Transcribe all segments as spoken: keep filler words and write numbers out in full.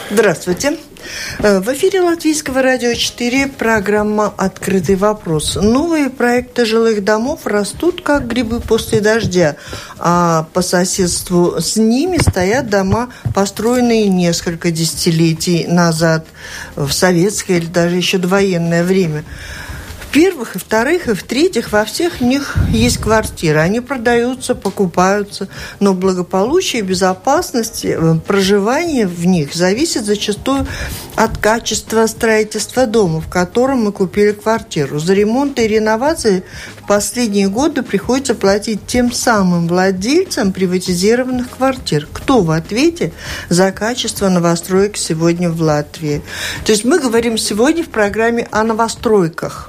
Здравствуйте. В эфире Латвийского радио четыре, программа «Открытый вопрос». Новые проекты жилых домов растут, как грибы после дождя, а по соседству с ними стоят дома, построенные несколько десятилетий назад, в советское или даже еще довоенное время. В-первых, и вторых, и в-третьих, во всех них есть квартиры. Они продаются, покупаются, но благополучие и безопасность проживания в них зависит зачастую от качества строительства дома, в котором мы купили квартиру. За ремонт и реновации в последние годы приходится платить тем самым владельцам приватизированных квартир. Кто в ответе за качество новостроек сегодня в Латвии? То есть мы говорим сегодня в программе о новостройках.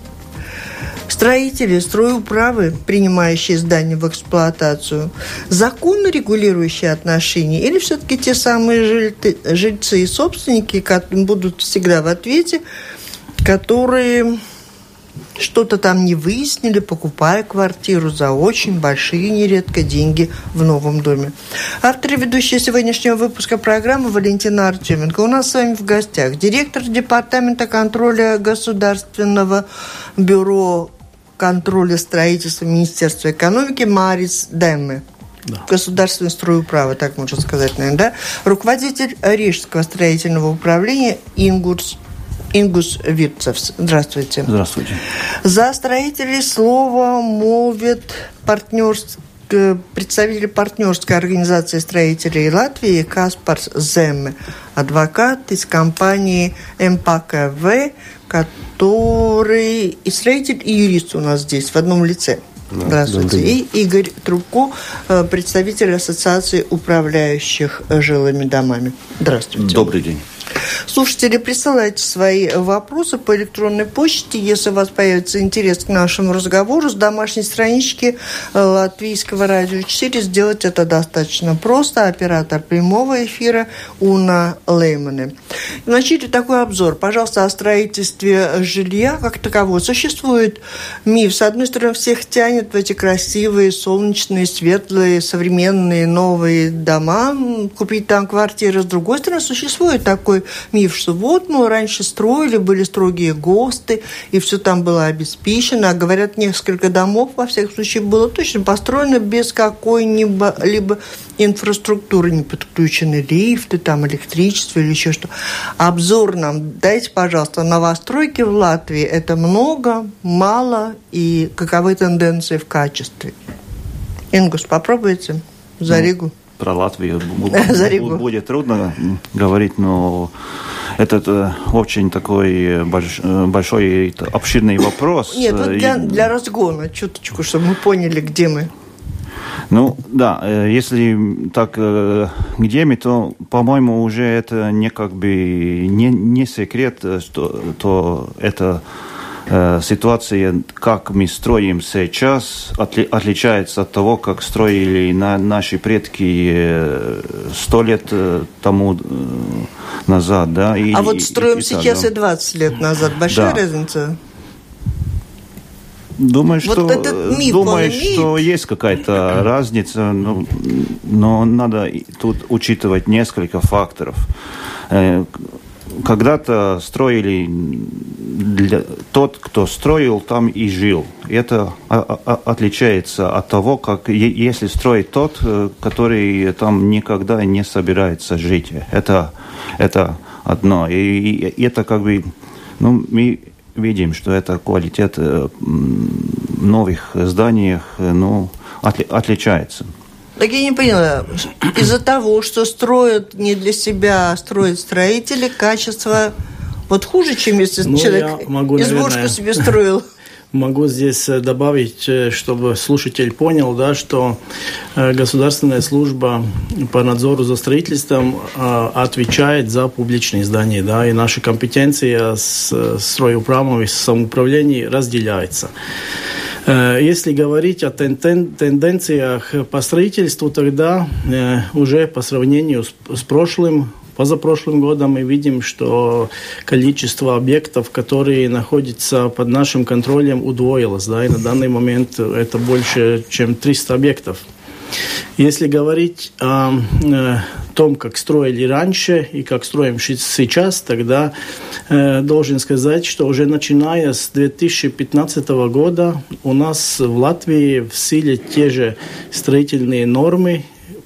Строители, стройуправы, принимающие здания в эксплуатацию, законно регулирующие отношения, или все-таки те самые жильцы и собственники, которые будут всегда в ответе, которые что-то там не выяснили, покупая квартиру за очень большие, нередко, деньги в новом доме. Автор и ведущая сегодняшнего выпуска программы Валентина Артеменко. У нас с вами в гостях директор департамента контроля Государственного бюро контроля строительства Министерства экономики Марис Демме. Да. Государственное стройуправо, так можно сказать, наверное, да? Руководитель Рижского строительного управления Ингус Ингус Вирцевс. Здравствуйте. Здравствуйте. За строителей слово молвит партнерство, представитель партнерской организации строителей Латвии Каспарс Земме, адвокат из компании МПКВ, который и строитель, и юрист у нас здесь в одном лице. Да, здравствуйте. И Игорь Трубко, представитель Ассоциации управляющих жилыми домами. Здравствуйте. Добрый день. Слушатели, присылайте свои вопросы по электронной почте, если у вас появится интерес к нашему разговору. С домашней странички Латвийского радио четыре сделать это достаточно просто. Оператор прямого эфира Уна Леймане. Начали такой обзор, пожалуйста, о строительстве жилья как такового. Существует миф. С одной стороны, всех тянет в эти красивые, солнечные, светлые, современные, новые дома, купить там квартиры. С другой стороны, существует такой миф, что вот, мы раньше строили, были строгие ГОСТы, и все там было обеспечено. А говорят, несколько домов, во всяком случае, было точно построено без какой-либо либо инфраструктуры, не подключены лифты, там, электричество или еще что. Обзор нам дайте, пожалуйста, новостройки в Латвии. Это много, мало, и каковы тенденции в качестве? Ингус, попробуйте за ну. Ригу. Про Латвию будет трудно говорить, но это очень такой большой, обширный вопрос. Нет, вот для, для разгона, чуточку, чтобы мы поняли, где мы. Ну, да, если так, где мы, то, по-моему, уже это не как бы не, не секрет, что то это ситуация, как мы строим сейчас, отли, отличается от того, как строили на, наши предки сто лет тому назад. Да, и, а вот строим и, и, сейчас да. и двадцать лет назад. Большая да. разница? Думаю, вот что, миф, думаю что есть какая-то разница, но, но надо тут учитывать несколько факторов. Когда-то строили, для, тот, кто строил, там и жил. Это а, а, отличается от того, как е, если строит тот, который там никогда не собирается жить. Это, это одно. И, и это как бы, ну, мы видим, что это квалитет в новых зданиях, ну, отли, отличается. Так я не поняла, из-за того, что строят не для себя, а строят строители, качество вот хуже, чем если ну, человек могу, избушку наверное, себе строил? Могу здесь добавить, чтобы слушатель понял, да, что государственная служба по надзору за строительством отвечает за публичные здания, да, и наши компетенции с стройуправом и самоуправлением разделяются. Если говорить о тен- тенденциях по строительству, тогда э, уже по сравнению с, с прошлым, позапрошлым годом мы видим, что количество объектов, которые находятся под нашим контролем, удвоилось. Да, и на данный момент это больше, чем триста объектов. Если говорить о э, том, как строили раньше и как строим сейчас, тогда э, должен сказать, что уже начиная с две тысячи пятнадцатого года у нас в Латвии в силе те же строительные нормы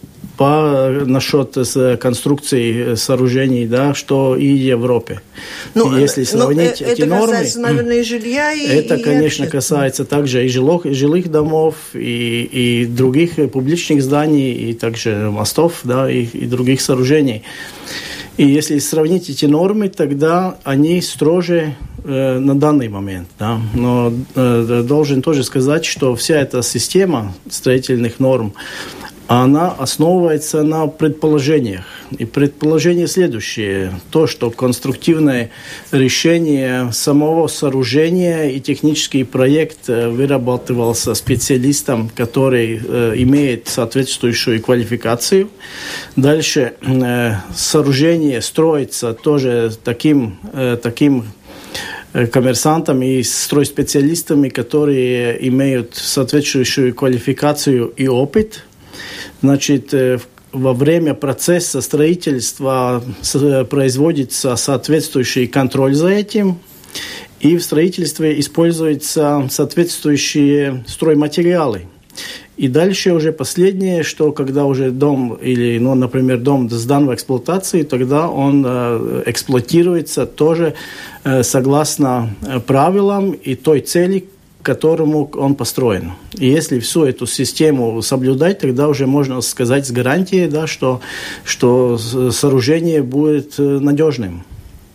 по насчет конструкции сооружений, да, что и в Европе. Ну, если сравнить ну, эти это нормы, касается, наверное, и жилья, и это, и конечно, касается также и жилых, и жилых домов, и, и других публичных зданий, и также мостов, да, и, и других сооружений. И если сравнить эти нормы, тогда они строже э, на данный момент. Да. Но э, должен тоже сказать, что вся эта система строительных норм, она основывается на предположениях. И предположение следующее. То, что конструктивное решение самого сооружения и технический проект вырабатывался специалистом, который э, имеет соответствующую квалификацию. Дальше э, сооружение строится тоже таким, э, таким коммерсантами и стройспециалистами, которые имеют соответствующую квалификацию и опыт. Значит, во время процесса строительства производится соответствующий контроль за этим, и в строительстве используются соответствующие стройматериалы. И дальше уже последнее, что когда уже дом, или, ну, например, дом сдан в эксплуатацию, тогда он э, эксплуатируется тоже э, согласно правилам и той цели, к которому он построен. И если всю эту систему соблюдать, тогда уже можно сказать с гарантией, да, что, что сооружение будет надежным.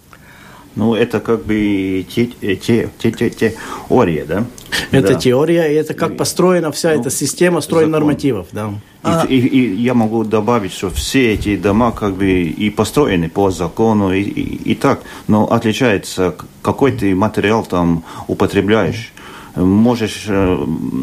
Ну, это как бы те, те, те, те, теория, да? Это да. теория, и это как построена вся ну, эта система стройнормативов, да. И, и, и я могу добавить, что все эти дома как бы и построены по закону, и, и, и так, но отличается, какой ты материал там употребляешь. Можешь э,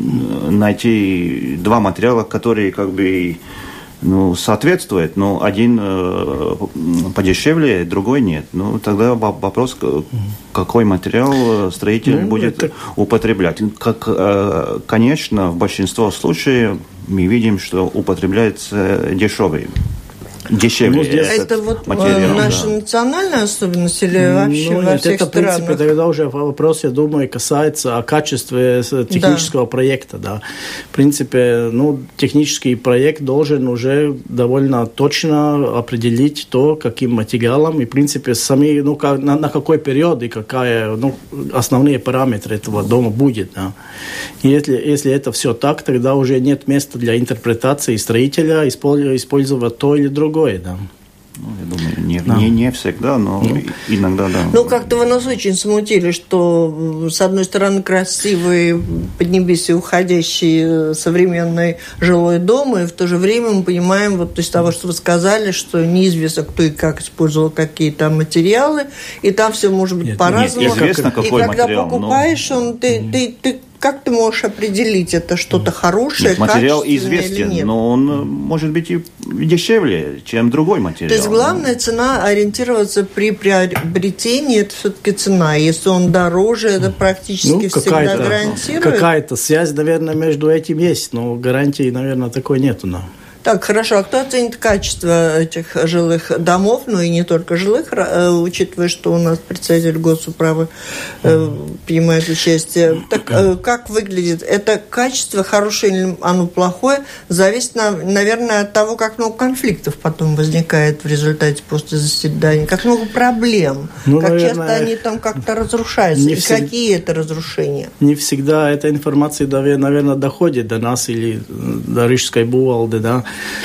найти два материала, которые как бы ну, соответствуют, но один э, подешевле, другой нет. Ну, тогда вопрос, какой материал строитель ну, будет это... употреблять. Как, э, конечно, в большинстве случаев мы видим, что употребляется дешевый. Дешевле. Ну, это вот материал, наша да. национальная особенность или вообще ну, во нет, всех это, странах? в принципе, тогда уже вопрос, я думаю, касается о качестве технического да. проекта. Да. В принципе, ну, технический проект должен уже довольно точно определить то, каким материалом и, в принципе, сами, ну, как, на, на какой период и какая, ну, основные параметры этого дома будет. Да. И если, если это все так, тогда уже нет места для интерпретации строителя использовать то или другое. Да. Ну, я думаю, не, да. не, не всегда, но ну. иногда, да. Ну, как-то вы нас очень смутили, что, с одной стороны, красивый, поднебесье уходящий современный жилой дом, и в то же время мы понимаем, вот из того, что вы сказали, что неизвестно, кто и как использовал какие там материалы, и там все может быть нет, по-разному. Нет, известно, какой и когда материал, покупаешь, но... он, ты, ты, ты как ты можешь определить, это что-то хорошее, нет, материал известен, или нет? Но он может быть и дешевле, чем другой материал. То есть главная цена ориентироваться при приобретении, это все-таки цена. Если он дороже, это практически ну, всегда гарантирует. Какая-то связь, наверное, между этим есть, но гарантии, наверное, такой нету. Но. Так, хорошо. А кто оценит качество этих жилых домов, ну и не только жилых, учитывая, что у нас представитель Госуправы э, принимает участие. Так, э, как выглядит? Это качество, хорошее или оно плохое, зависит, на, наверное, от того, как много конфликтов потом возникает в результате после заседания, как много проблем, ну, как наверное, часто они там как-то разрушаются, и всег... какие это разрушения. Не всегда эта информация, наверное, доходит до нас или до Рижской бувалды, да,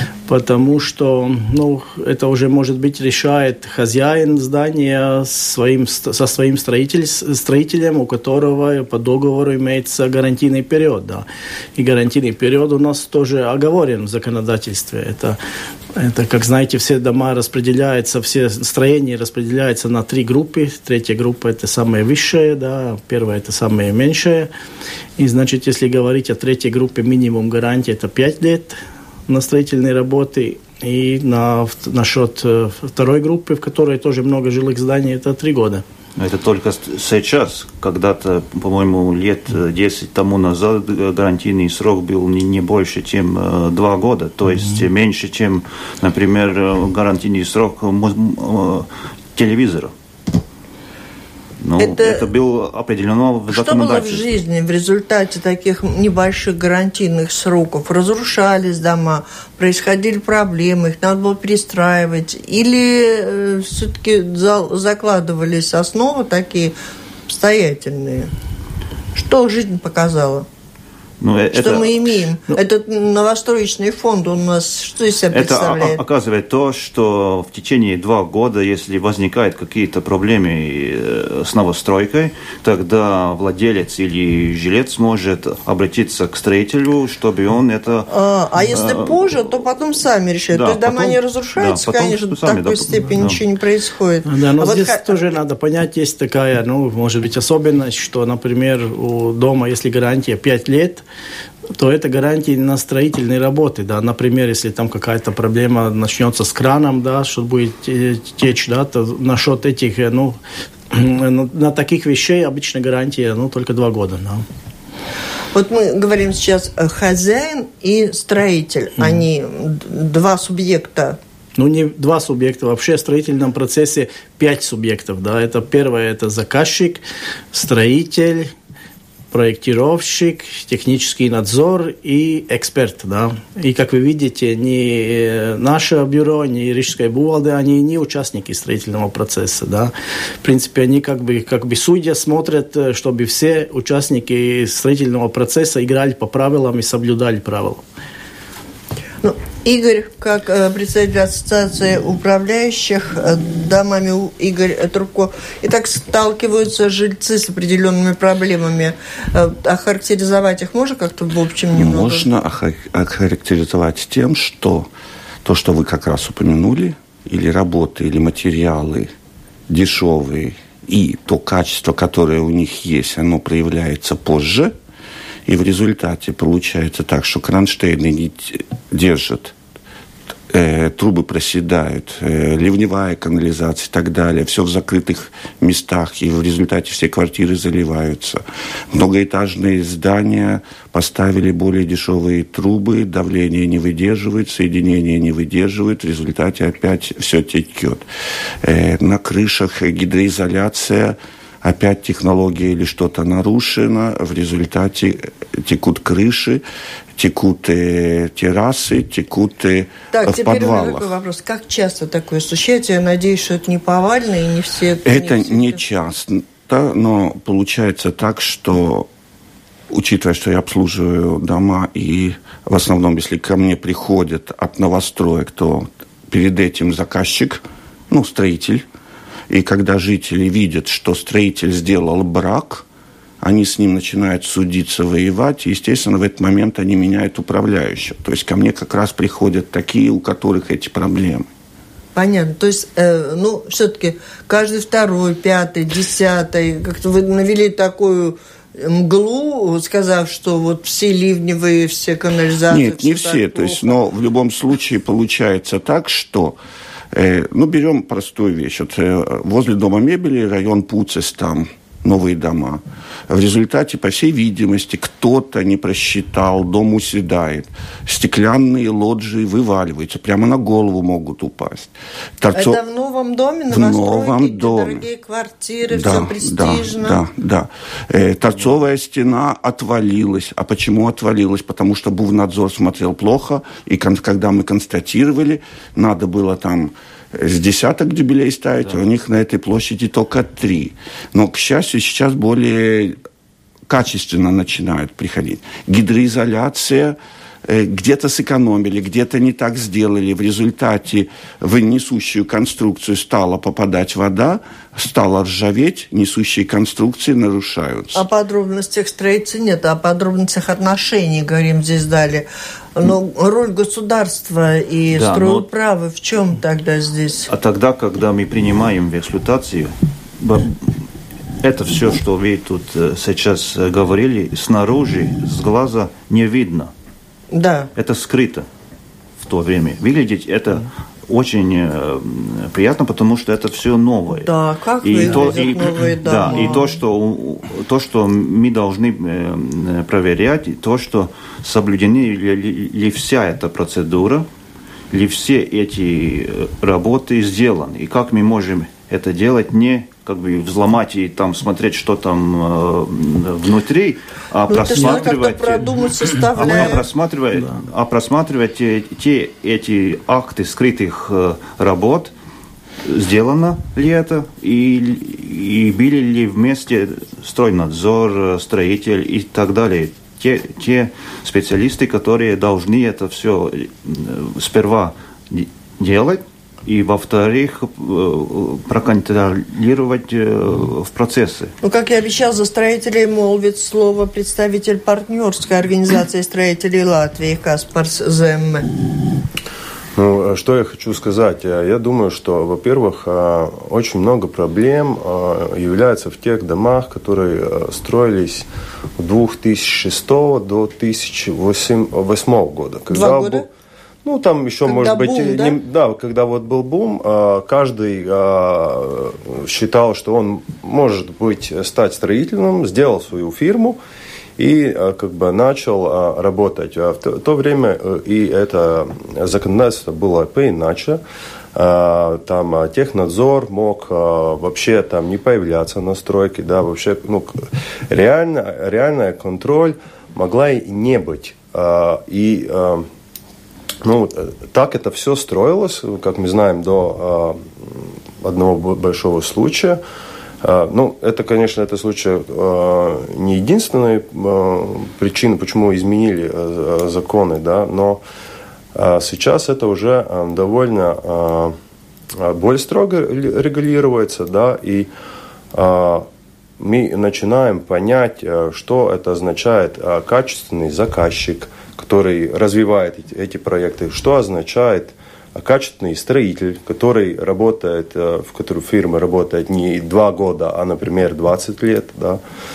потому что, ну, это уже, может быть, решает хозяин здания своим, со своим строитель, строителем, у которого по договору имеется гарантийный период, да. И гарантийный период у нас тоже оговорен в законодательстве. Это, это, как знаете, все дома распределяются, все строения распределяются на три группы. Третья группа – это самая высшая, да, первая – это самая меньшая. И, значит, если говорить о третьей группе, минимум гарантии – это пять лет на строительные работы, и на, насчет второй группы, в которой тоже много жилых зданий, это три года. Это только сейчас. Когда-то, по-моему, лет десять тому назад гарантийный срок был не, не больше, чем э, два года. То есть mm-hmm. меньше, чем, например, гарантийный срок э, телевизора. Ну, это, это было определено в законодательстве. Что было в жизни в результате таких небольших гарантийных сроков? Разрушались дома, происходили проблемы, их надо было перестраивать? Или э, все-таки за, закладывались основы такие обстоятельные? Что жизнь показала? Ну, что это, мы имеем? Ну, Этот новостроечный фонд у нас что из себя представляет? Это оказывает то, что в течение двух года, если возникают какие-то проблемы с новостройкой, тогда владелец или жилец может обратиться к строителю, чтобы он это... А, а если а, позже, то потом сами решают. Да, то есть дома потом, не разрушаются, да, конечно, в такой да, степени да. ничего не происходит. Да, но а здесь вот... тоже надо понять, есть такая, ну, может быть, особенность, что, например, у дома, если гарантия пять лет, то это гарантии на строительные работы, да, например, если там какая-то проблема начнется с краном, да, что будет течь, да, то насчет этих, ну, на таких вещей обычно гарантия, ну, только два года, да. Вот мы говорим сейчас хозяин и строитель, mm-hmm. они два субъекта. Ну, не два субъекта. Вообще в строительном процессе пять субъектов, да. Это первое, это заказчик, строитель, проектировщик, технический надзор и эксперт, да. И, как вы видите, ни наше бюро, ни Рижская бухгалтерия, они не участники строительного процесса, да. В принципе, они как бы, как бы судья смотрят, чтобы все участники строительного процесса играли по правилам и соблюдали правила. Ну, Игорь, как э, представитель ассоциации управляющих э, домами, Игорь Трубко, и так сталкиваются жильцы с определенными проблемами. Э, охарактеризовать их можно как-то в общем немного? Можно охарактеризовать тем, что то, что вы как раз упомянули, или работы, или материалы дешевые, и то качество, которое у них есть, оно проявляется позже. И в результате получается так, что кронштейны не держат, э, трубы проседают, э, ливневая канализация и так далее. Все в закрытых местах, и в результате все квартиры заливаются. Многоэтажные здания поставили более дешевые трубы, давление не выдерживает, соединение не выдерживает, в результате опять все текет. Э, на крышах гидроизоляция, опять технология или что-то нарушено, в результате текут крыши, текут э, террасы, текут э, так, в подвалах. Так, теперь у меня такой вопрос. Как часто такое случается? Я надеюсь, что это не повально и не все... Это не, все не это... часто, но получается так, что, учитывая, что я обслуживаю дома, и в основном, если ко мне приходят от новостроек, то перед этим заказчик, ну, строитель. И когда жители видят, что строитель сделал брак, они с ним начинают судиться, воевать, и, естественно, в этот момент они меняют управляющего. То есть ко мне как раз приходят такие, у которых эти проблемы. Понятно. То есть, э, ну, все-таки каждый второй, пятый, десятый, как-то вы навели такую мглу, сказав, что вот все ливневые, все канализации... Нет, не все. То есть, но в любом случае получается так, что... Ну, берем простую вещь. Вот, возле дома мебели район Пуцес, там новые дома. В результате, по всей видимости, кто-то не просчитал, дом уседает. Стеклянные лоджии вываливаются, прямо на голову могут упасть. Торцо... Это в новом доме, на в новом доме. Дорогие квартиры, да, все престижно. Да, да, да. Э, торцовая стена отвалилась. А почему отвалилась? Потому что Бувнадзор смотрел плохо, и когда мы констатировали, надо было там с десяток дюбелей ставить, да. А у них на этой площади только три. Но, к счастью, сейчас более качественно начинают приходить. Гидроизоляция, э, где-то сэкономили, где-то не так сделали. В результате в несущую конструкцию стала попадать вода, стала ржаветь, несущие конструкции нарушаются. О подробностях строительства нет, о подробностях отношений, говорим, здесь дали. Но роль государства и да, стройуправы в чем тогда здесь? А тогда, когда мы принимаем в эксплуатацию, это все, что вы тут сейчас говорили, снаружи, с глаза не видно. Да. Это скрыто в то время. Выглядеть это очень приятно, потому что это все новое. Да, как и выглядят то, и, новые дома. Да, и то что, то, что мы должны проверять, то, что соблюдены ли, ли вся эта процедура, ли все эти работы сделаны. И как мы можем это делать, не как бы взломать и там смотреть, что там э, внутри, а ну, просматривать, а просматривать, да. а просматривать те, те эти акты скрытых э, работ, сделано ли это, и, и были ли вместе стройнадзор, строитель и так далее. Те, те специалисты, которые должны это все сперва делать, и, во-вторых, проконтролировать в процессе. Ну, как я обещал, за строителей молвит слово представитель партнерской организации строителей Латвии Каспарс Земме. Ну, что я хочу сказать? Я думаю, что, во-первых, очень много проблем является в тех домах, которые строились с две тысячи шестого до две тысячи восьмого года. Когда Два года? Был, ну, там еще, когда может бум, быть... Да? Не, да, когда вот был бум, каждый считал, что он может быть, стать строительным, сделал свою фирму и как бы начал работать. В то, в то время и это законодательство было поиначе. Там технадзор мог вообще там не появляться на стройке, да, вообще, ну, реально, реальный контроль могла и не быть. И ну, так это все строилось, как мы знаем, до э, одного большого случая. Э, ну, это, конечно, это случай э, не единственная э, причина, почему изменили э, законы, да, но э, сейчас это уже э, довольно э, более строго регулируется, да, и э, мы начинаем понять, э, что это означает э, качественный заказчик, который развивает эти, эти проекты, что означает качественный строитель, который работает, в которой фирма работает не два года, а, например, двадцать лет, да.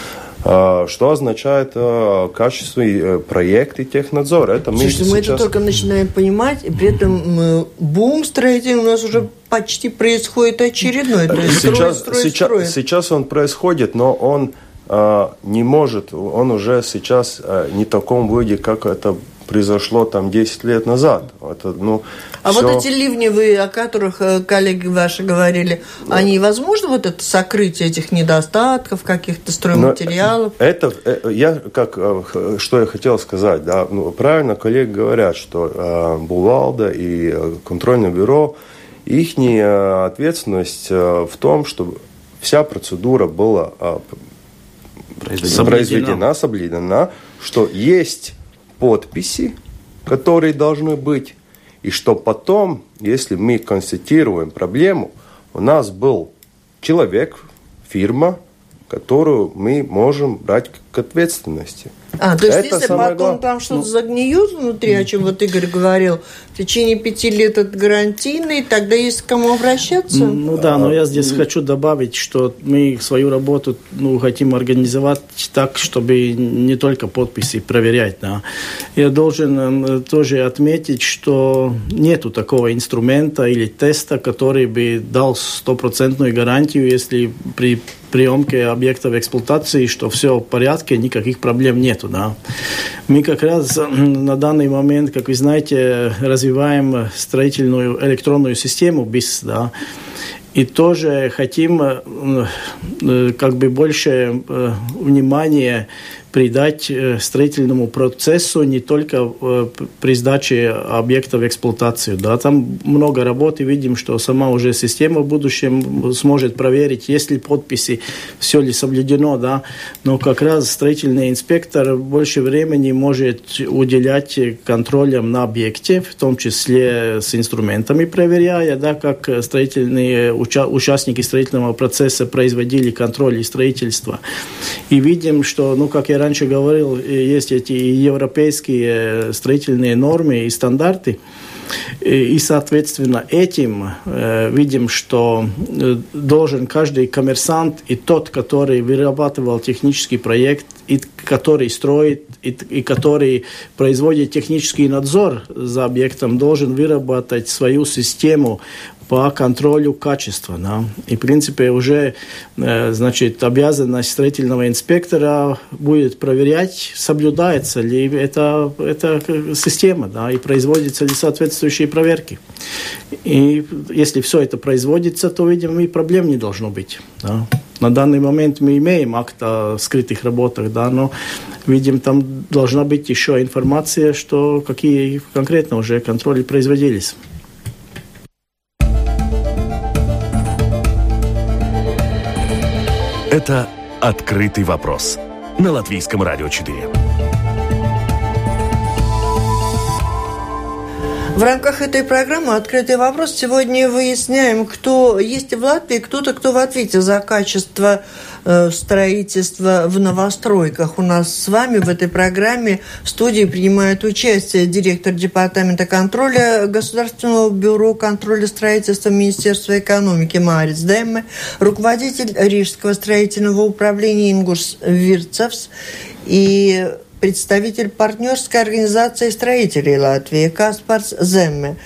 Что означает качественный проект и технадзор. Это мы, Слушайте, мы сейчас... это только начинаем понимать, и при этом бум строительный у нас уже почти происходит очередной. То есть сейчас, строит, строит, сейчас, строит. сейчас он происходит, но он не может, он уже сейчас не в таком виде, как это произошло там десять лет назад. Это, ну, а все... вот эти ливневые, о которых коллеги ваши говорили, да. Они возможно, вот это сокрытие этих недостатков, каких-то стройматериалов? Но это, я, как, что я хотел сказать, да, ну, правильно коллеги говорят, что э, Булалда и контрольное бюро, их ответственность в том, чтобы вся процедура была Произведена. произведена, соблюдена, что есть подписи, которые должны быть, и что потом, если мы констатируем проблему, у нас был человек, фирма, которую мы можем брать к ответственности. А, то есть, это если потом глав... там что-то ну... загниет внутри, о чем вот Игорь говорил, в течение пяти лет это гарантийный, тогда есть к кому обращаться? Ну да, но я здесь mm. хочу добавить, что мы свою работу ну, хотим организовать так, чтобы не только подписи проверять. Да. Я должен тоже отметить, что нету такого инструмента или теста, который бы дал стопроцентную гарантию, если при приемке объектов эксплуатации, что все в порядке, никаких проблем нету. Да. Мы как раз на данный момент, как вы знаете, развиваем строительную электронную систему БИС, да, и тоже хотим как бы больше внимания придать строительному процессу не только при сдаче объекта в эксплуатацию. Да, там много работы, видим, что сама уже система в будущем сможет проверить, есть ли подписи, все ли соблюдено, да, но как раз строительный инспектор больше времени может уделять контролям на объекте, в том числе с инструментами проверяя, да, как строительные уча- участники строительного процесса производили контроль и строительство. И видим, что, ну, как я раньше говорил, есть эти европейские строительные нормы и стандарты, и, соответственно, этим э, видим, что э, должен каждый коммерсант и тот, который вырабатывал технический проект, и который строит и, и который производит технический надзор за объектом, должен выработать свою систему по контролю качества. Да. И, в принципе, уже э, значит, обязанность строительного инспектора будет проверять, соблюдается ли эта, эта система, да, и производятся ли соответствующие проверки. И если все это производится, то, видимо, и проблем не должно быть. Да. На данный момент мы имеем акт о скрытых работах, да, но, видим, там должна быть еще информация, что какие конкретно уже контроли производились. Это «Открытый вопрос» на Латвийском радио четыре. В рамках этой программы «Открытый вопрос» сегодня выясняем, кто есть в Латвии, кто-то, кто в ответе за качество э, строительства в новостройках. У нас с вами в этой программе в студии принимает участие директор департамента контроля Государственного бюро контроля строительства Министерства экономики Мārits Demme, руководитель Рижского строительного управления Ингурс Вирцевс и представитель партнерской организации строителей Латвии Каспарс Земме,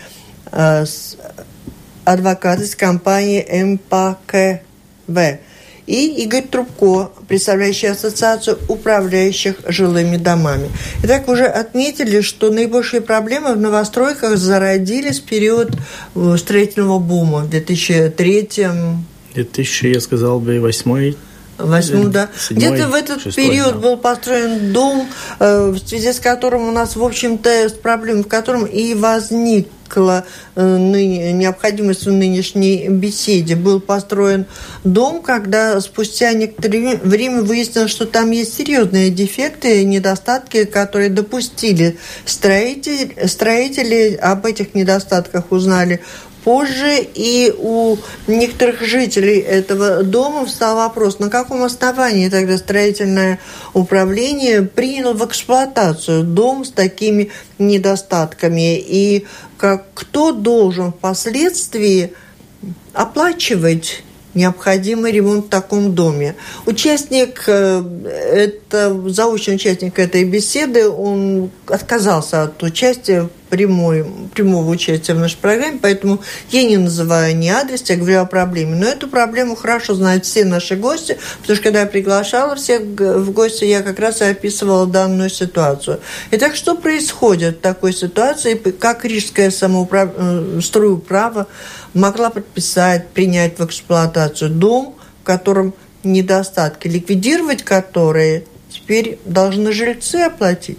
адвокат из компании эм пэ ка вэ, и Игорь Трубко, представляющий Ассоциацию управляющих жилыми домами. Итак, уже отметили, что наибольшие проблемы в новостройках зародились в период строительного бума в две тысячи третьем. две тысячи, я сказал бы, восьмой. Восьмую, да. Седьмой, где-то в этот шестой, период да. был построен дом, э, в связи с которым у нас, в общем-то, с проблемой, в котором и возникла э, ныне, необходимость в нынешней беседе. Был построен дом, когда спустя некоторое время выяснилось, что там есть серьезные дефекты, недостатки, которые допустили строители. Строители об этих недостатках узнали позже, и у некоторых жителей этого дома встал вопрос, на каком основании тогда строительное управление приняло в эксплуатацию дом с такими недостатками, и как, кто должен впоследствии оплачивать необходимый ремонт в таком доме. Участник, это, заочный участник этой беседы, он отказался от участия, прямой, прямого участия в нашей программе, поэтому я не называю ни адрес, я говорю о проблеме. Но эту проблему хорошо знают все наши гости, потому что когда я приглашала всех в гости, я как раз и описывала данную ситуацию. Итак, что происходит в такой ситуации, как Рижское самоуправ... стройуправо могла подписать, принять в эксплуатацию дом, в котором недостатки, ликвидировать которые теперь должны жильцы оплатить?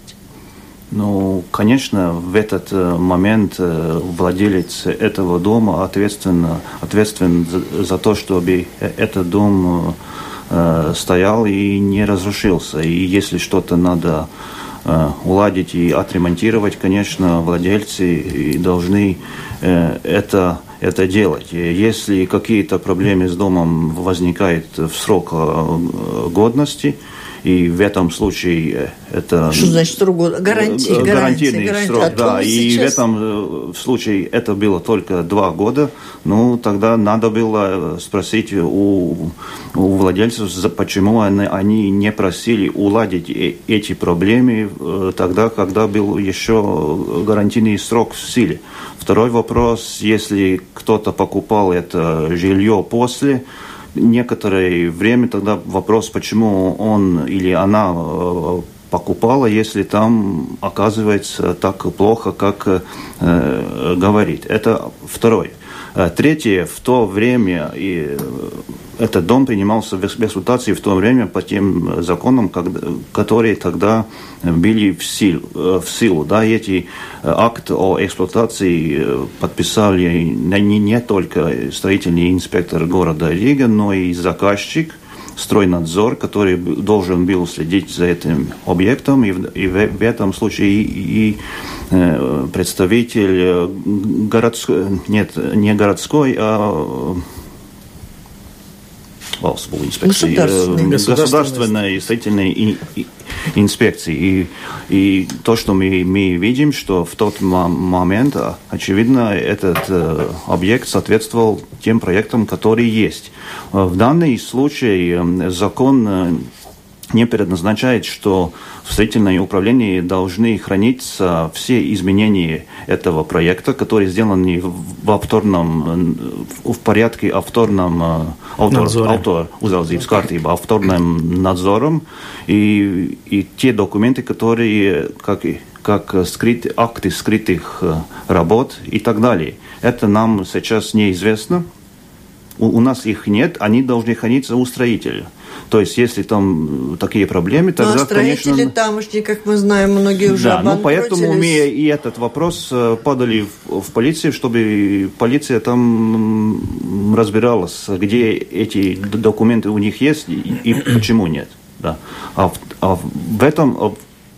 Ну, конечно, в этот момент владелец этого дома ответственен, ответственен за, за то, чтобы этот дом э, стоял и не разрушился. И если что-то надо э, уладить и отремонтировать, конечно, владельцы должны э, это это делать. Если какие-то проблемы с домом возникают в срок годности, и в этом случае это... Что значит срок годности? Гарантий, гарантийный гарантий, срок, гарантий. да. А И сейчас... в этом случае это было только два года. Ну, тогда надо было спросить у, у владельцев, почему они, они не просили уладить эти проблемы тогда, когда был еще гарантийный срок в силе. Второй вопрос, если кто-то покупал это жилье после некоторое время, тогда вопрос, почему он или она покупала, если там оказывается так плохо, как э, говорит. Это второе. Третье, в то время и этот дом принимался в эксплуатации в то время по тем законам, которые тогда были в силу. В силу да, эти акты о эксплуатации подписали не, не только строительный инспектор города Рига, но и заказчик, стройнадзор, который должен был следить за этим объектом, и в, и в, в этом случае и, и э, представитель городской, нет, не городской, а инспекции, государственной, государственной строительной инспекции. И, и то, что мы, мы видим, что в тот момент, очевидно, этот э, объект соответствовал тем проектам, которые есть. В данном случае закон не предназначает, что в строительном управлении должны храниться все изменения этого проекта, которые сделаны в авторном, в порядке авторном, автор, автор uzraudzības kārtībā, авторным надзором, и, и те документы, которые как, как скрыт, акты скрытых работ и так далее. Это нам сейчас неизвестно. У, у нас их нет, они должны храниться у строителя. То есть, если там такие проблемы, тогда, ну, а строители конечно... тамошние, как мы знаем, многие уже да, обанкротились. Ну, поэтому мы и этот вопрос подали в, в полицию, чтобы полиция там разбиралась, где эти документы у них есть и, и почему нет. Да. А, в, а в этом...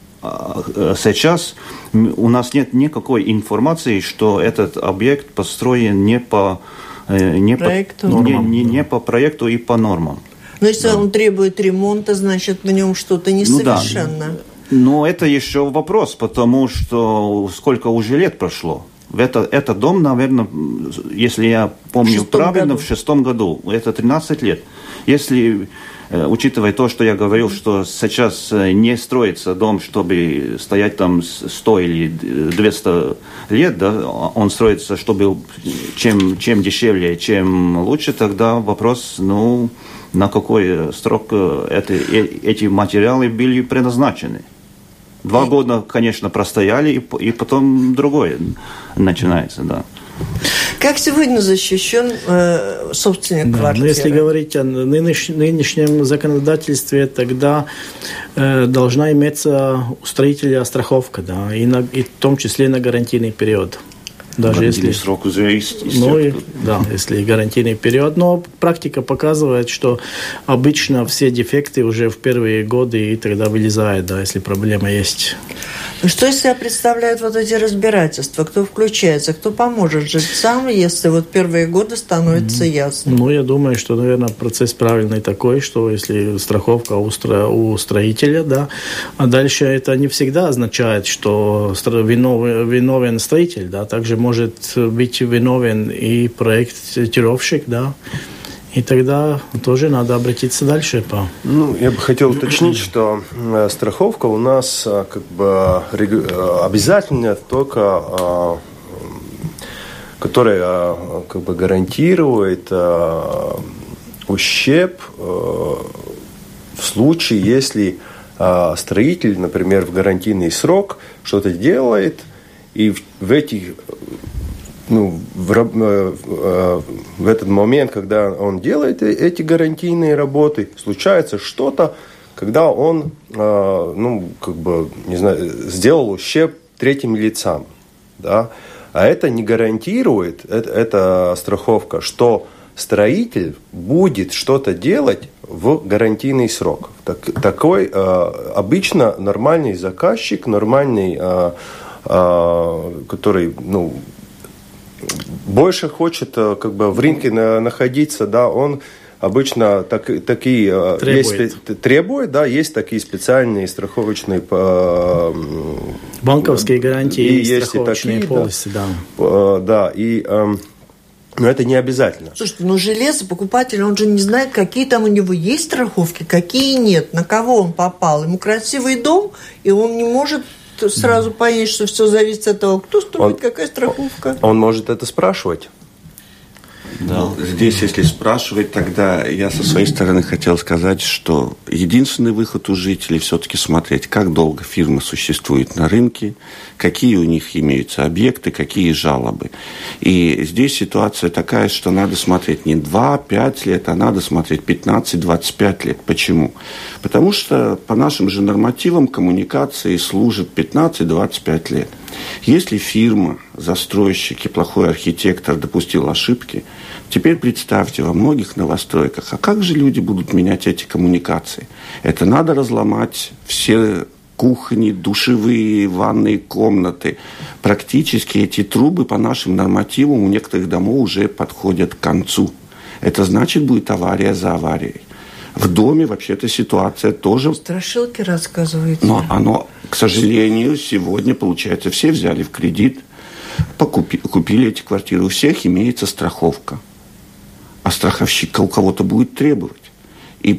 Сейчас у нас нет никакой информации, что этот объект построен не по, не проекту. по, не, не, не по проекту и по нормам. Но если да. он требует ремонта, значит, в нем что-то несовершенно. Ну, да. Но это еще вопрос, потому что сколько уже лет прошло. Это, это дом, наверное, если я помню в правильно, году. в шестом году. Это тринадцать лет. Если... Учитывая то, что я говорил, что сейчас не строится дом, чтобы стоять там сто или двести лет, да, он строится, чтобы чем, чем дешевле, чем лучше, тогда вопрос, ну, на какой срок это, эти материалы были предназначены. Два года, конечно, простояли, и, и потом другое начинается, да. Как сегодня защищен э, собственник да, квартиры? Но если говорить о нынеш, нынешнем законодательстве, тогда э, должна иметься у строителя страховка, да, и, на, и в том числе на гарантийный период. Даже если срок уже есть. Ну, и, да, если гарантийный период. Но практика показывает, что обычно все дефекты уже в первые годы и тогда вылезают, да, если проблема есть. Что из себя представляют вот эти разбирательства? Кто включается? Кто поможет жильцам, если вот первые годы становится ясно? Ну, я думаю, что, наверное, процесс правильный такой, что если страховка у, стро... у строителя, да, а дальше это не всегда означает, что виновен, виновен строитель, да, также может быть виновен и проектировщик, да. И тогда тоже надо обратиться дальше. По... Ну, я бы хотел уточнить, что страховка у нас как бы обязательная только, которая как бы гарантирует ущерб в случае, если строитель, например, в гарантийный срок что-то делает, и в этих Ну, в, в этот момент, когда он делает эти гарантийные работы, случается что-то, когда он, ну, как бы, не знаю, сделал ущерб третьим лицам, да, а это не гарантирует, это, это страховка, что строитель будет что-то делать в гарантийный срок. Так, такой обычно нормальный заказчик, нормальный, который, ну, больше хочет как бы в рынке находиться, да, он обычно так, такие требует. Есть, требует, да, есть такие специальные страховочные банковские гарантии и есть страховочные такие, полисы, да, да, да, и но это не обязательно. Слушайте, ну железо покупатель, он же не знает, какие там у него есть страховки, какие нет, на кого он попал. Ему красивый дом, и он не может сразу понять, что все зависит от того, кто строит, он, какая страховка. Он может это спрашивать. Да. Ну, здесь, если спрашивать, тогда я со своей стороны хотел сказать, что единственный выход у жителей все-таки смотреть, как долго фирма существует на рынке, какие у них имеются объекты, какие жалобы. И здесь ситуация такая, что надо смотреть не два-пять лет, а надо смотреть пятнадцать-двадцать пять лет. Почему? Потому что по нашим же нормативам коммуникации служат пятнадцать-двадцать пять лет. Если фирма, застройщик и плохой архитектор допустил ошибки, теперь представьте, во многих новостройках, а как же люди будут менять эти коммуникации? Это надо разломать все кухни, душевые, ванные комнаты. Практически эти трубы по нашим нормативам у некоторых домов уже подходят к концу. Это значит, будет авария за аварией. В доме вообще-то ситуация тоже... Страшилки рассказываете. Но оно, к сожалению, сегодня, получается, все взяли в кредит, покупи, купили эти квартиры. У всех имеется страховка. А страховщик у кого-то будет требовать. И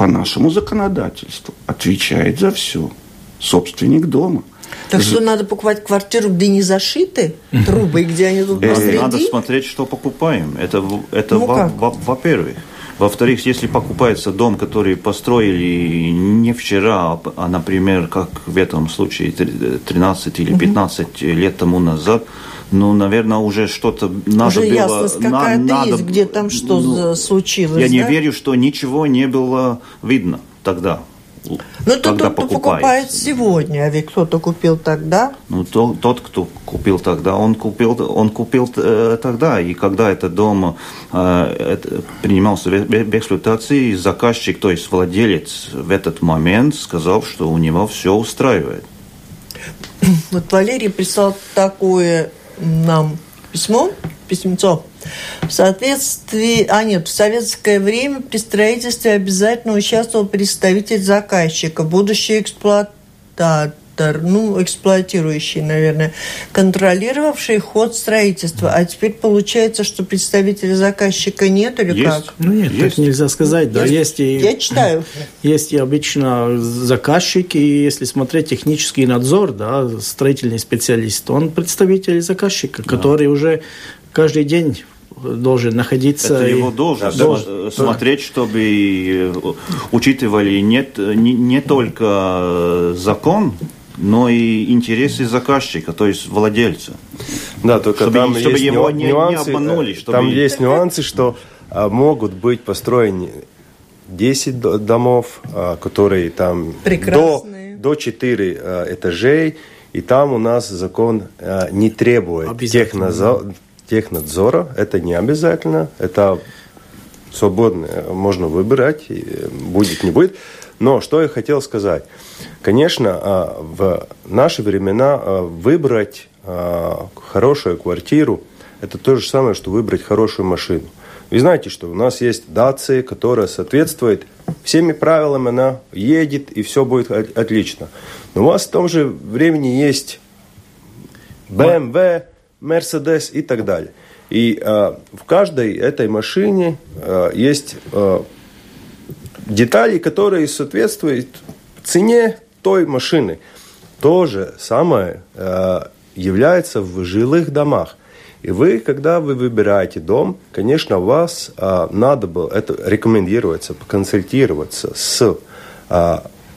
по нашему законодательству отвечает за все собственник дома. Так что надо покупать квартиру, где не зашиты трубы, где они тут посреди? Надо смотреть, что покупаем. Это, это ну, во, во, во-первых. Во-вторых, если покупается дом, который построили не вчера, а, например, как в этом случае, тринадцать или пятнадцать угу. лет тому назад, ну, наверное, уже что-то надо уже было... ясность какая-то на, есть, надо, где там что ну, случилось, Я да? не верю, что ничего не было видно тогда. Ну, это тот, кто покупает сегодня, а ведь кто-то купил тогда. Ну, то, тот, кто купил тогда, он купил, он купил э, тогда. И когда этот дом э, это, принимался в, в эксплуатации, заказчик, то есть владелец в этот момент сказал, что у него все устраивает. Вот Валерий прислал такое нам письмо, письмецо. В соответствии, а нет, в советское время при строительстве обязательно участвовал представитель заказчика, будущий эксплуататор, ну, эксплуатирующий, наверное, контролировавший ход строительства. А теперь получается, что представителя заказчика нет или есть. как? Ну нет, есть. так нельзя сказать. Да, есть и, я читаю. Есть и обычно заказчик, и если смотреть технический надзор, да, строительный специалист, он представитель заказчика, да. который уже каждый день должен находиться... Это и... его должность, должен смотреть, чтобы учитывали не, не, не только закон, но и интересы заказчика, то есть владельца. Да, только чтобы, там чтобы есть его нюансы, не, не обманули. Чтобы... Там есть нюансы, что а, могут быть построены десять домов, а, которые там до, до четырех а, этажей, и там у нас закон а, не требует техноза... технадзора. Это не обязательно, это свободно, можно выбирать, будет, не будет. Но что я хотел сказать. Конечно, в наши времена выбрать хорошую квартиру – это то же самое, что выбрать хорошую машину. Вы знаете, что у нас есть Dacia, которая соответствует всеми правилам, она едет, и все будет отлично. Но у вас в том же времени есть бэ эм вэ, Mercedes и так далее. И э, в каждой этой машине э, есть э, детали, которые соответствуют цене той машины. То же самое э, является в жилых домах. И вы, когда вы выбираете дом, конечно, вас э, надо было, это рекомендуется, поконсультироваться с э,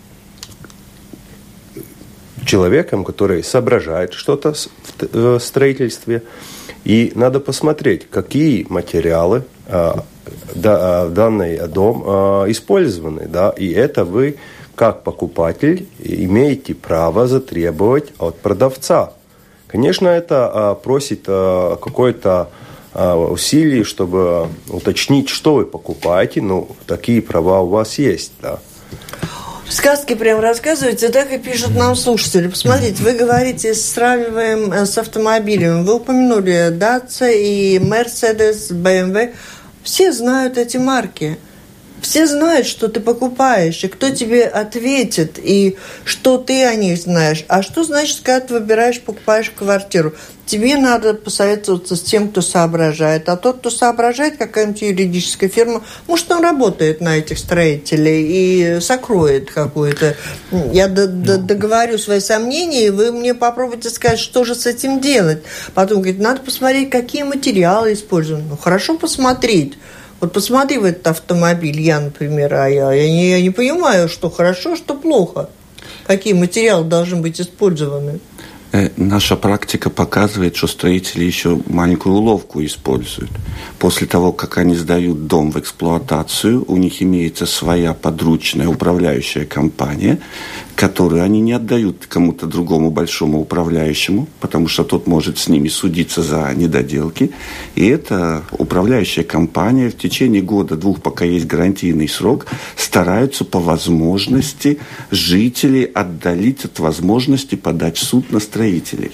человеком, который соображает что-то в строительстве. И надо посмотреть, какие материалы а, да, данный дом а, использованы. Да, и это вы, как покупатель, имеете право затребовать от продавца. Конечно, это а, просит а, какое-то а, усилие, чтобы уточнить, что вы покупаете. Ну, такие права у вас есть, да. Сказки прям рассказываете, так и пишут нам слушатели. Посмотрите, вы говорите, сравниваем с автомобилями. Вы упомянули Dacia и Mercedes, бэ эм вэ. Все знают эти марки. Все знают, что ты покупаешь, и кто тебе ответит, и что ты о них знаешь. А что значит, когда ты выбираешь, покупаешь квартиру? Тебе надо посоветоваться с тем, кто соображает. А тот, кто соображает, какая-нибудь юридическая фирма, может, он работает на этих строителей и сокроет какое-то. Я д- д- договорю свои сомнения, и вы мне попробуйте сказать, что же с этим делать. Потом говорит, надо посмотреть, какие материалы использованы. Ну, хорошо посмотреть. Вот посмотри в этот автомобиль, я, например, а я, я, не, я не понимаю, что хорошо, что плохо. Какие материалы должны быть использованы. Наша практика показывает, что строители еще маленькую уловку используют. После того, как они сдают дом в эксплуатацию, у них имеется своя подручная управляющая компания, которую они не отдают кому-то другому большому управляющему, потому что тот может с ними судиться за недоделки. И эта управляющая компания в течение года-двух, пока есть гарантийный срок, стараются по возможности жителей отдалить от возможности подать в суд на строителей.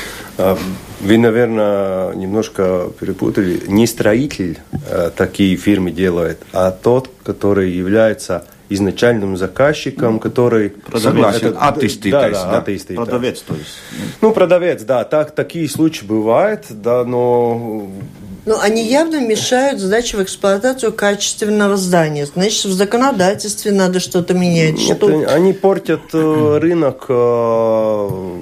Вы, наверное, немножко перепутали. Не строитель такие фирмы делает, а тот, который является изначальным заказчиком, который... Согласен, это, атеисты, да, то есть, да, да? атеисты, Продавец, то есть. Ну, продавец, да, так, такие случаи бывают, да, но Но они явно мешают сдаче в эксплуатацию качественного здания. Значит, в законодательстве надо что-то менять. Нет, что... Они портят э, рынок э,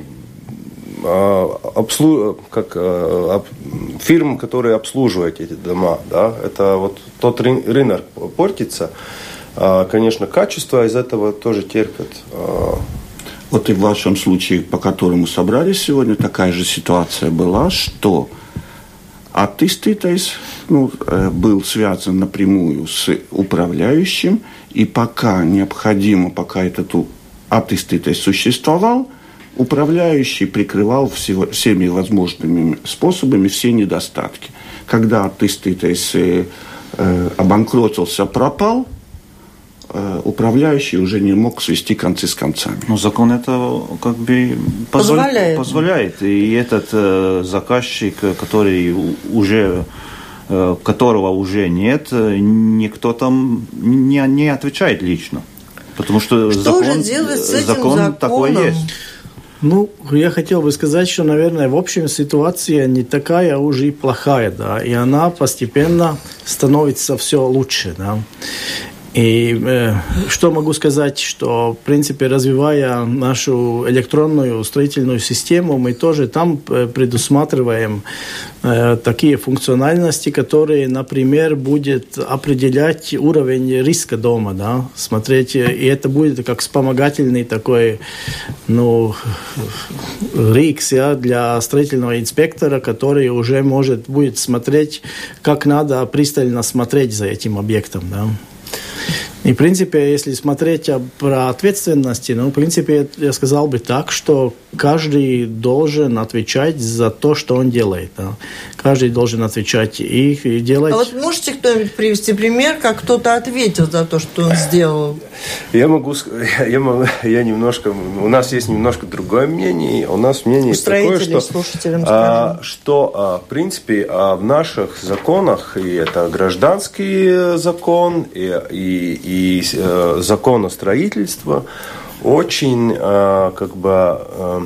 э, обслу... как, э, об... фирм, которые обслуживают эти дома. Да? Это вот тот ры... рынок портится. Э, конечно, качество из этого тоже терпят. Э, Вот и в вашем случае, по которому собрались сегодня, такая же ситуация была, что attīstītais ну, был связан напрямую с управляющим, и пока необходимо, пока этот attīstītais существовал, управляющий прикрывал всего, всеми возможными способами все недостатки. Когда attīstītais э, обанкротился, пропал, управляющий уже не мог свести концы с концами. Но закон это как бы позволяет. позволяет. И этот э, заказчик, который уже, э, которого уже нет, никто там не, не отвечает лично. Потому что, что закон, же делать с этим закон законом? такой есть. Ну, я хотел бы сказать, что, наверное, в общем ситуация не такая уже и плохая, да, и она постепенно становится все лучше, да. И э, что могу сказать, что, в принципе, развивая нашу электронную строительную систему, мы тоже там предусматриваем э, такие функциональности, которые, например, будут определять уровень риска дома, да, смотреть, и это будет как вспомогательный такой, ну, рикс, ja, для строительного инспектора, который уже может будет смотреть, как надо пристально смотреть за этим объектом, да. И, в принципе, если смотреть про ответственности, ну, в принципе, я сказал бы так, что каждый должен отвечать за то, что он делает. Да? Каждый должен отвечать и, и делать... А вот можете кто-нибудь привести пример, как кто-то ответил за то, что он сделал? Я могу... Я, могу, я немножко... У нас есть немножко другое мнение. У нас мнение такое, что... А, что, а, в принципе, а, в наших законах, и это гражданский закон, и, и, и э, закон о строительстве, очень э, как бы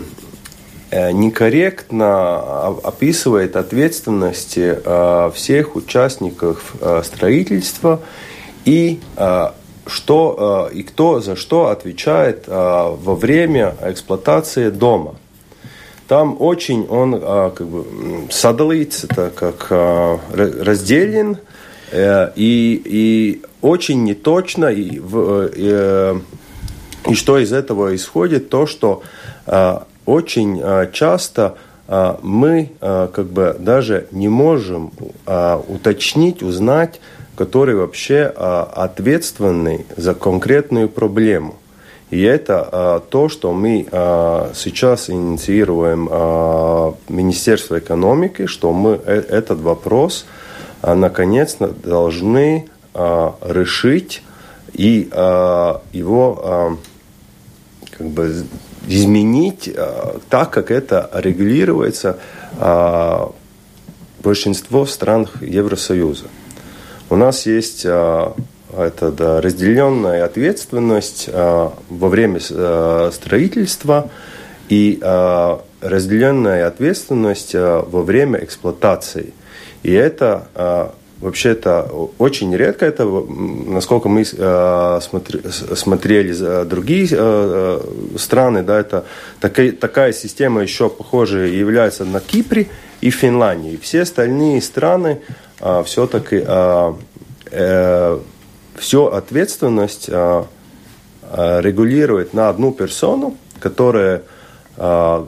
э, некорректно описывает ответственности э, всех участников э, строительства и э, что э, и кто за что отвечает э, во время эксплуатации дома. Там очень он э, как бы sadalīts, это как э, разделен э, и, и очень неточно и, в, э, и что из этого исходит, то, что э, очень э, часто э, мы э, как бы даже не можем э, уточнить, узнать, который вообще э, ответственный за конкретную проблему. И это э, то, что мы э, сейчас инициируем э, Министерство экономики, что мы э, этот вопрос э, наконец-то должны э, решить и э, его э, как бы изменить э, так, как это регулируется э, большинство стран Евросоюза. У нас есть э, это, да, разделенная ответственность э, во время э, строительства и э, разделенная ответственность э, во время эксплуатации. И это э, вообще-то очень редко, это, насколько мы э, смотри, смотрели за другие э, страны, да, это такая, такая система еще похожая является на Кипре и Финляндии. Все остальные страны э, все-таки э, э, всю ответственность э, э, регулирует на одну персону, которая э,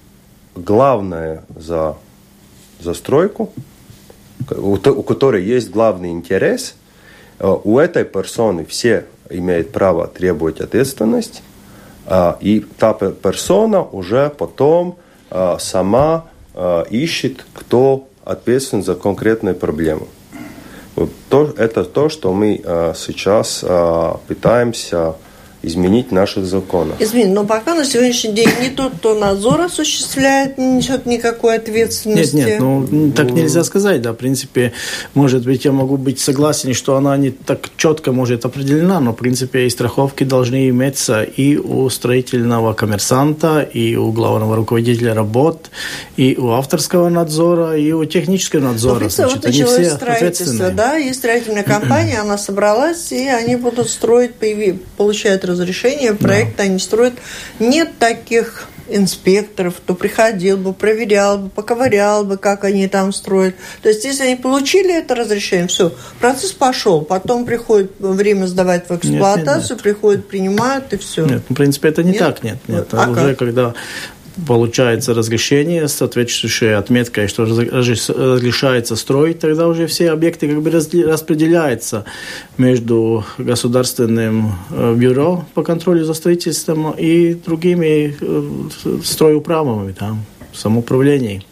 главная за застройку, у, у которой есть главный интерес. Э, у этой персоны все имеют право требовать ответственность, э, и та персона уже потом э, сама э, ищет, кто ответственен за конкретную проблему. Вот то, это то, что мы э, сейчас э, пытаемся изменить в наших законах. Изменить. Но пока на сегодняшний день не тот, кто надзор осуществляет, не несет никакой ответственности. Нет, нет, ну так нельзя сказать, да, в принципе, может быть, я могу быть согласен, что она не так четко может определена, но, в принципе, и страховки должны иметься и у строительного коммерсанта, и у главного руководителя работ, и у авторского надзора, и у технического надзора. Ну, значит, вот они все ответственные. Да, есть строительная компания, она собралась, и они будут строить, получают разрешение, проект да. они строят. Нет таких инспекторов, кто приходил бы, проверял бы, поковырял бы, как они там строят. То есть, если они получили это разрешение, все, процесс пошел. Потом приходит время сдавать в эксплуатацию, нет, нет, нет. приходят, принимают, и все. Нет, в принципе, это не нет? так, нет. нет. А уже как? Когда получается разрешение с соответствующей отметкой, что разрешается строить, тогда уже все объекты как бы распределяются между государственным бюро по контролю за строительством и другими стройуправами, там, самоуправлений.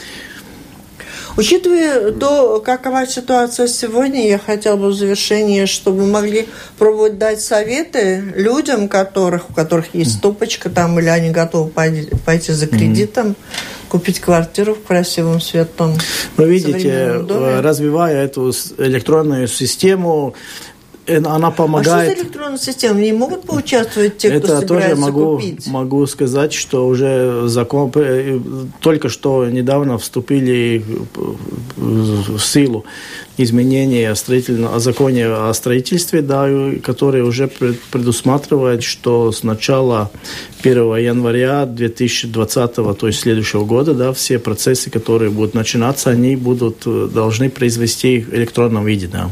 Учитывая то, какова ситуация сегодня, я хотела бы в завершении, чтобы мы могли пробовать дать советы людям, которых, у которых есть стопочка, там, или они готовы пойти, пойти за кредитом, mm-hmm. купить квартиру в красивом, светлом, Вы видите, развивая эту электронную систему, она помогает. А что за электронная система? Не могут поучаствовать те, это кто собирается тоже могу, купить? могу сказать, что уже закон, только что недавно вступили в силу изменения о законе о строительстве, да, которые уже предусматривают, что с начала первого января две тысячи двадцатого, то есть следующего года, да, все процессы, которые будут начинаться, они будут, должны произвести в электронном виде. Да.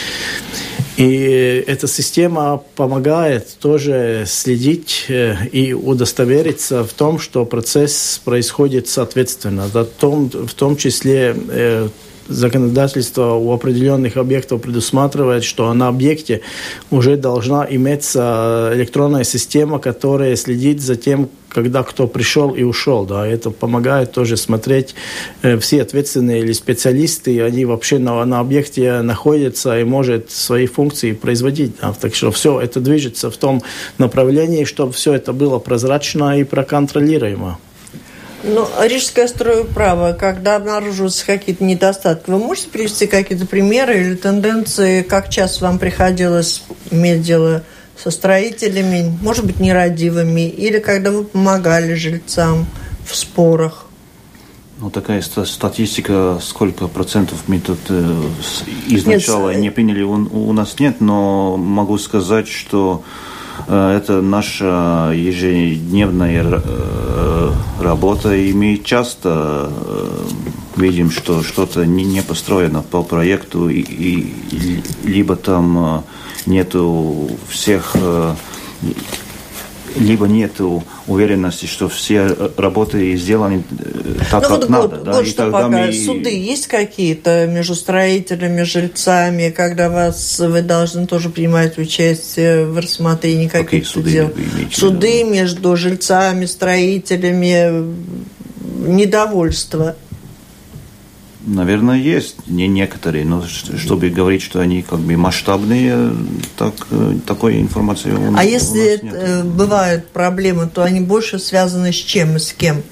И эта система помогает тоже следить и удостовериться в том, что процесс происходит соответственно. В том, в том числе законодательство у определенных объектов предусматривает, что на объекте уже должна иметься электронная система, которая следит за тем, когда кто пришел и ушел. Да. Это помогает тоже смотреть, э, все ответственные или специалисты, они вообще на, на объекте находятся и может свои функции производить. Да. Так что все это движется в том направлении, чтобы все это было прозрачно и проконтролируемо. Ну, Рижское стройуправо, когда обнаруживаются какие-то недостатки, вы можете привести какие-то примеры или тенденции, как часто вам приходилось иметь дело со строителями, может быть, нерадивыми, или когда вы помогали жильцам в спорах? Ну, такая статистика, сколько процентов мы тут э, изначала нет, не приняли, у, у нас нет, но могу сказать, что э, это наша ежедневная э, работа, и мы часто э, видим, что что-то не, не построено по проекту, и, и, либо там э, нету всех... Э, либо нет уверенности, что все работы сделаны так, ну, как вот надо. Вот, да? вот И что тогда пока. мы... Суды есть какие-то между строителями, жильцами, когда вас, вы должны тоже принимать участие в рассмотрении каких-то дел? Суды между жильцами, строителями, недовольство. Наверное, есть не некоторые, но чтобы говорить, что они как бы масштабные, так, такой информации у нас, а если у нас нет. Бывают проблемы, то они больше связаны с чем и с кем?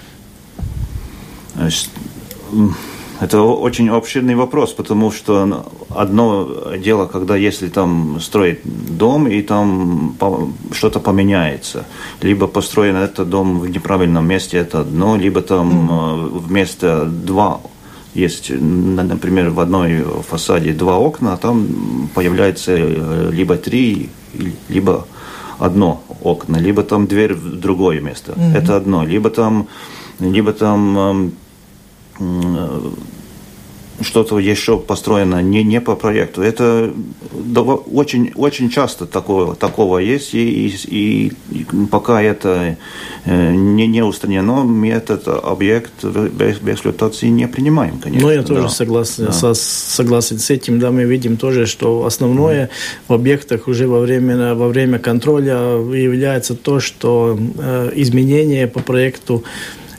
Это очень обширный вопрос, потому что одно дело, когда если там строить дом, и там что-то поменяется. Либо построен этот дом в неправильном месте, это одно, либо там mm. вместо два есть, например, в одной фасаде два окна, а там появляется либо три, либо одно окно, либо там дверь в другое место. Mm-hmm. Это одно. Либо там, либо там э, что-то еще построено не, не по проекту. Это очень, очень часто такого, такого есть, и, и, и пока это не, не устранено, мы этот объект без, без эксплуатации не принимаем, конечно. Ну, я тоже да. согласен, да. Со, согласен с этим. Да, мы видим тоже, что основное mm. в объектах уже во время, во время контроля является то, что э, изменения по проекту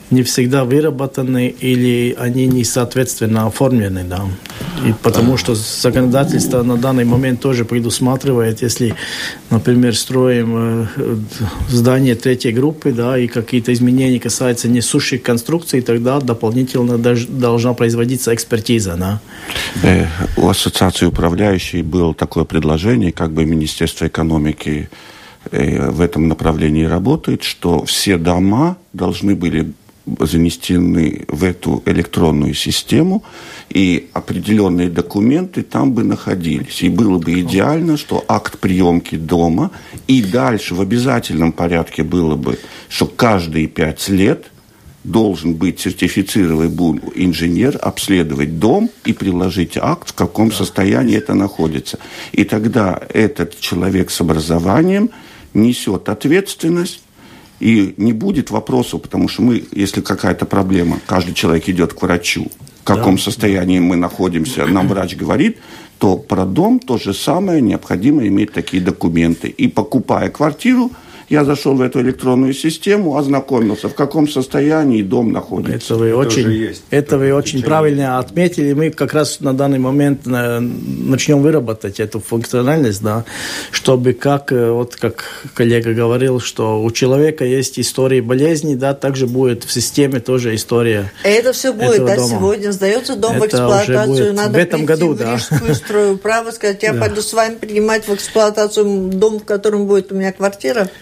не всегда выработаны или они не соответственно оформлены, да. И потому что законодательство на данный момент тоже предусматривает, если, например, строим здание третьей группы, да, и какие-то изменения касаются несущих конструкций, тогда дополнительно должна производиться экспертиза, да. У Ассоциации управляющей было такое предложение, как бы Министерство экономики в этом направлении работает, что все дома должны были занесены в эту электронную систему, и определенные документы там бы находились. И было бы идеально, что акт приемки дома, и дальше в обязательном порядке было бы, что каждые пять лет должен быть сертифицированный инженер, обследовать дом и приложить акт, в каком состоянии это находится. И тогда этот человек с образованием несет ответственность, и не будет вопроса, потому что мы, если какая-то проблема, каждый человек идет к врачу, в каком да. состоянии мы находимся, нам врач говорит, то про дом то же самое, необходимо иметь такие документы. И покупая квартиру, я зашел в эту электронную систему, ознакомился, в каком состоянии дом находится. Это вы это очень, это вы очень правильно отметили. Мы как раз на данный момент начнем выработать эту функциональность, да, чтобы, как, вот как коллега говорил, что у человека есть история болезни, да, также будет в системе тоже история. Это все будет, да, дома. Сегодня сдается дом это в эксплуатацию, надо в этом прийти году, в да. Рижскую стройуправу, сказать, я да. пойду с вами принимать в эксплуатацию дом, в котором будет у меня квартира.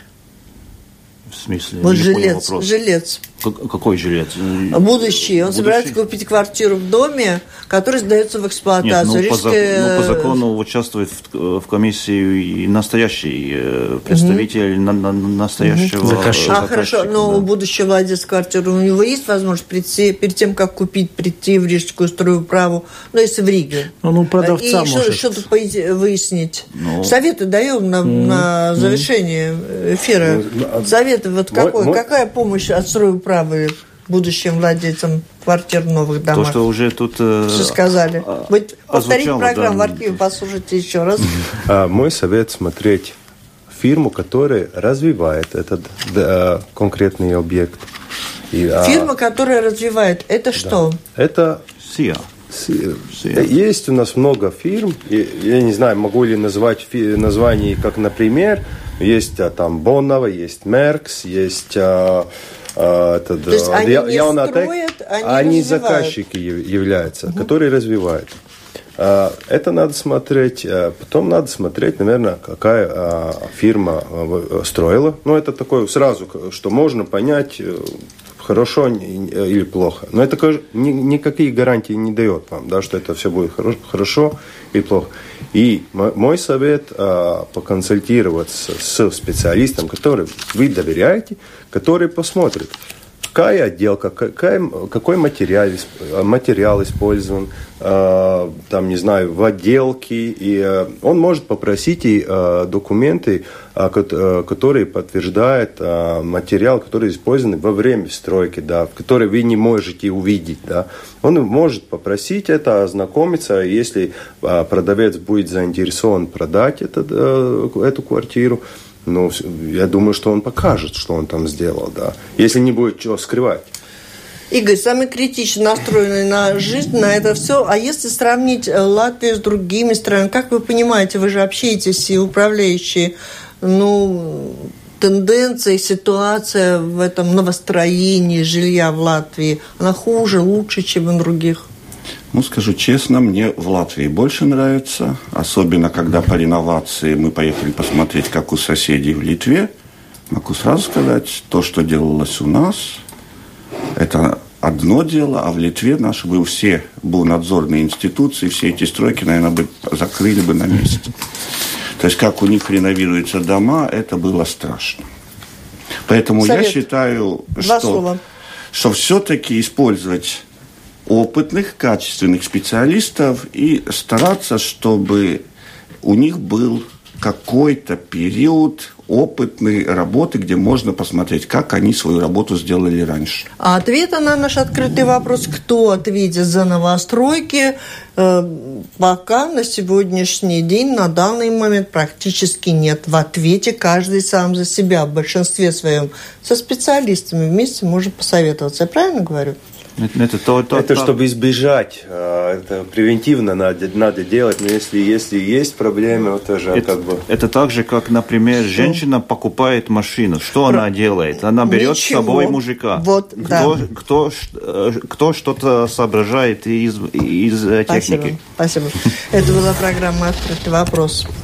В смысле? Вот не жилец, понял жилец. Какой жилец? Будущий. Он Будущий? собирается купить квартиру в доме, который сдается в эксплуатацию. Нет, ну, по, Рижская... ну, по закону участвует в, в комиссии и настоящий представитель угу. на, на, настоящего угу. заказчика. А, хорошо, но да. будущий владелец квартиры, у него есть возможность прийти, перед тем, как купить, прийти в Рижскую стройуправу, ну, если в Риге. Ну, ну продавца и может. И что-то выяснить. Ну... Советы даем на, mm. на завершение эфира. Mm. Советы, вот мой, какой, мой... какая помощь от стройуправы будущим владельцам квартир в новых домах? То, что уже тут... Что сказали. Вы повторите программу да. в архиве, послушайте еще раз. А, мой совет смотреть фирму, которая развивает этот да, конкретный объект. И, Фирма, а... которая развивает, это что? Да. Это... СИА. Есть у нас много фирм, я не знаю, могу ли назвать название, как, например, есть там Боннова, есть Меркс, есть... Это, То есть они я, не я строят, они Они заказчики являются, угу. которые развивают. Это надо смотреть. Потом надо смотреть, наверное, какая фирма строила. Ну, это такое сразу, что можно понять, хорошо или плохо. Но это никакие гарантии не дает вам, да, что это все будет хорошо или плохо. И мой совет – поконсультироваться с специалистом, который вы доверяете, который посмотрит, какая отделка, какая, какой материал, материал использован, э, там, не знаю, в отделке. И, э, он может попросить и э, документы, э, которые подтверждают э, материал, который использован во время стройки, да, который вы не можете увидеть. Да. Он может попросить это, ознакомиться. Если э, продавец будет заинтересован продать это, э, эту квартиру, ну, я думаю, что он покажет, что он там сделал, да. Если не будет чего скрывать. Игорь, самый критично настроенный на жизнь, на это все. А если сравнить Латвию с другими странами, как вы понимаете, вы же общаетесь и управляющие, ну, тенденция, ситуация в этом новостроении жилья в Латвии, она хуже, лучше, чем у других? Ну, скажу честно, мне в Латвии больше нравится, особенно когда по реновации мы поехали посмотреть, как у соседей в Литве. Могу сразу сказать, то, что делалось у нас, это одно дело, а в Литве наши бы все надзорные институции, все эти стройки, наверное, бы закрыли бы на месте. То есть, как у них реновируются дома, это было страшно. Поэтому Совет. я считаю, что, что все-таки использовать опытных, качественных специалистов и стараться, чтобы у них был какой-то период опытной работы, где можно посмотреть, как они свою работу сделали раньше. А ответа на наш открытый вопрос, кто ответит за новостройки, пока на сегодняшний день, на данный момент практически нет. В ответе каждый сам за себя. В большинстве своем со специалистами вместе можем посоветоваться. Я правильно говорю? Это, то, то, это то, чтобы избежать, это превентивно надо, надо делать, но если, если есть проблемы, это же это, как бы... Это так же, как, например, что? Женщина покупает машину. Что Про... она делает? Она берет Ничего. с собой мужика. Вот, кто, да. кто, кто, кто что-то соображает из, из техники. Спасибо. Спасибо. Это была программа «Открытый вопрос».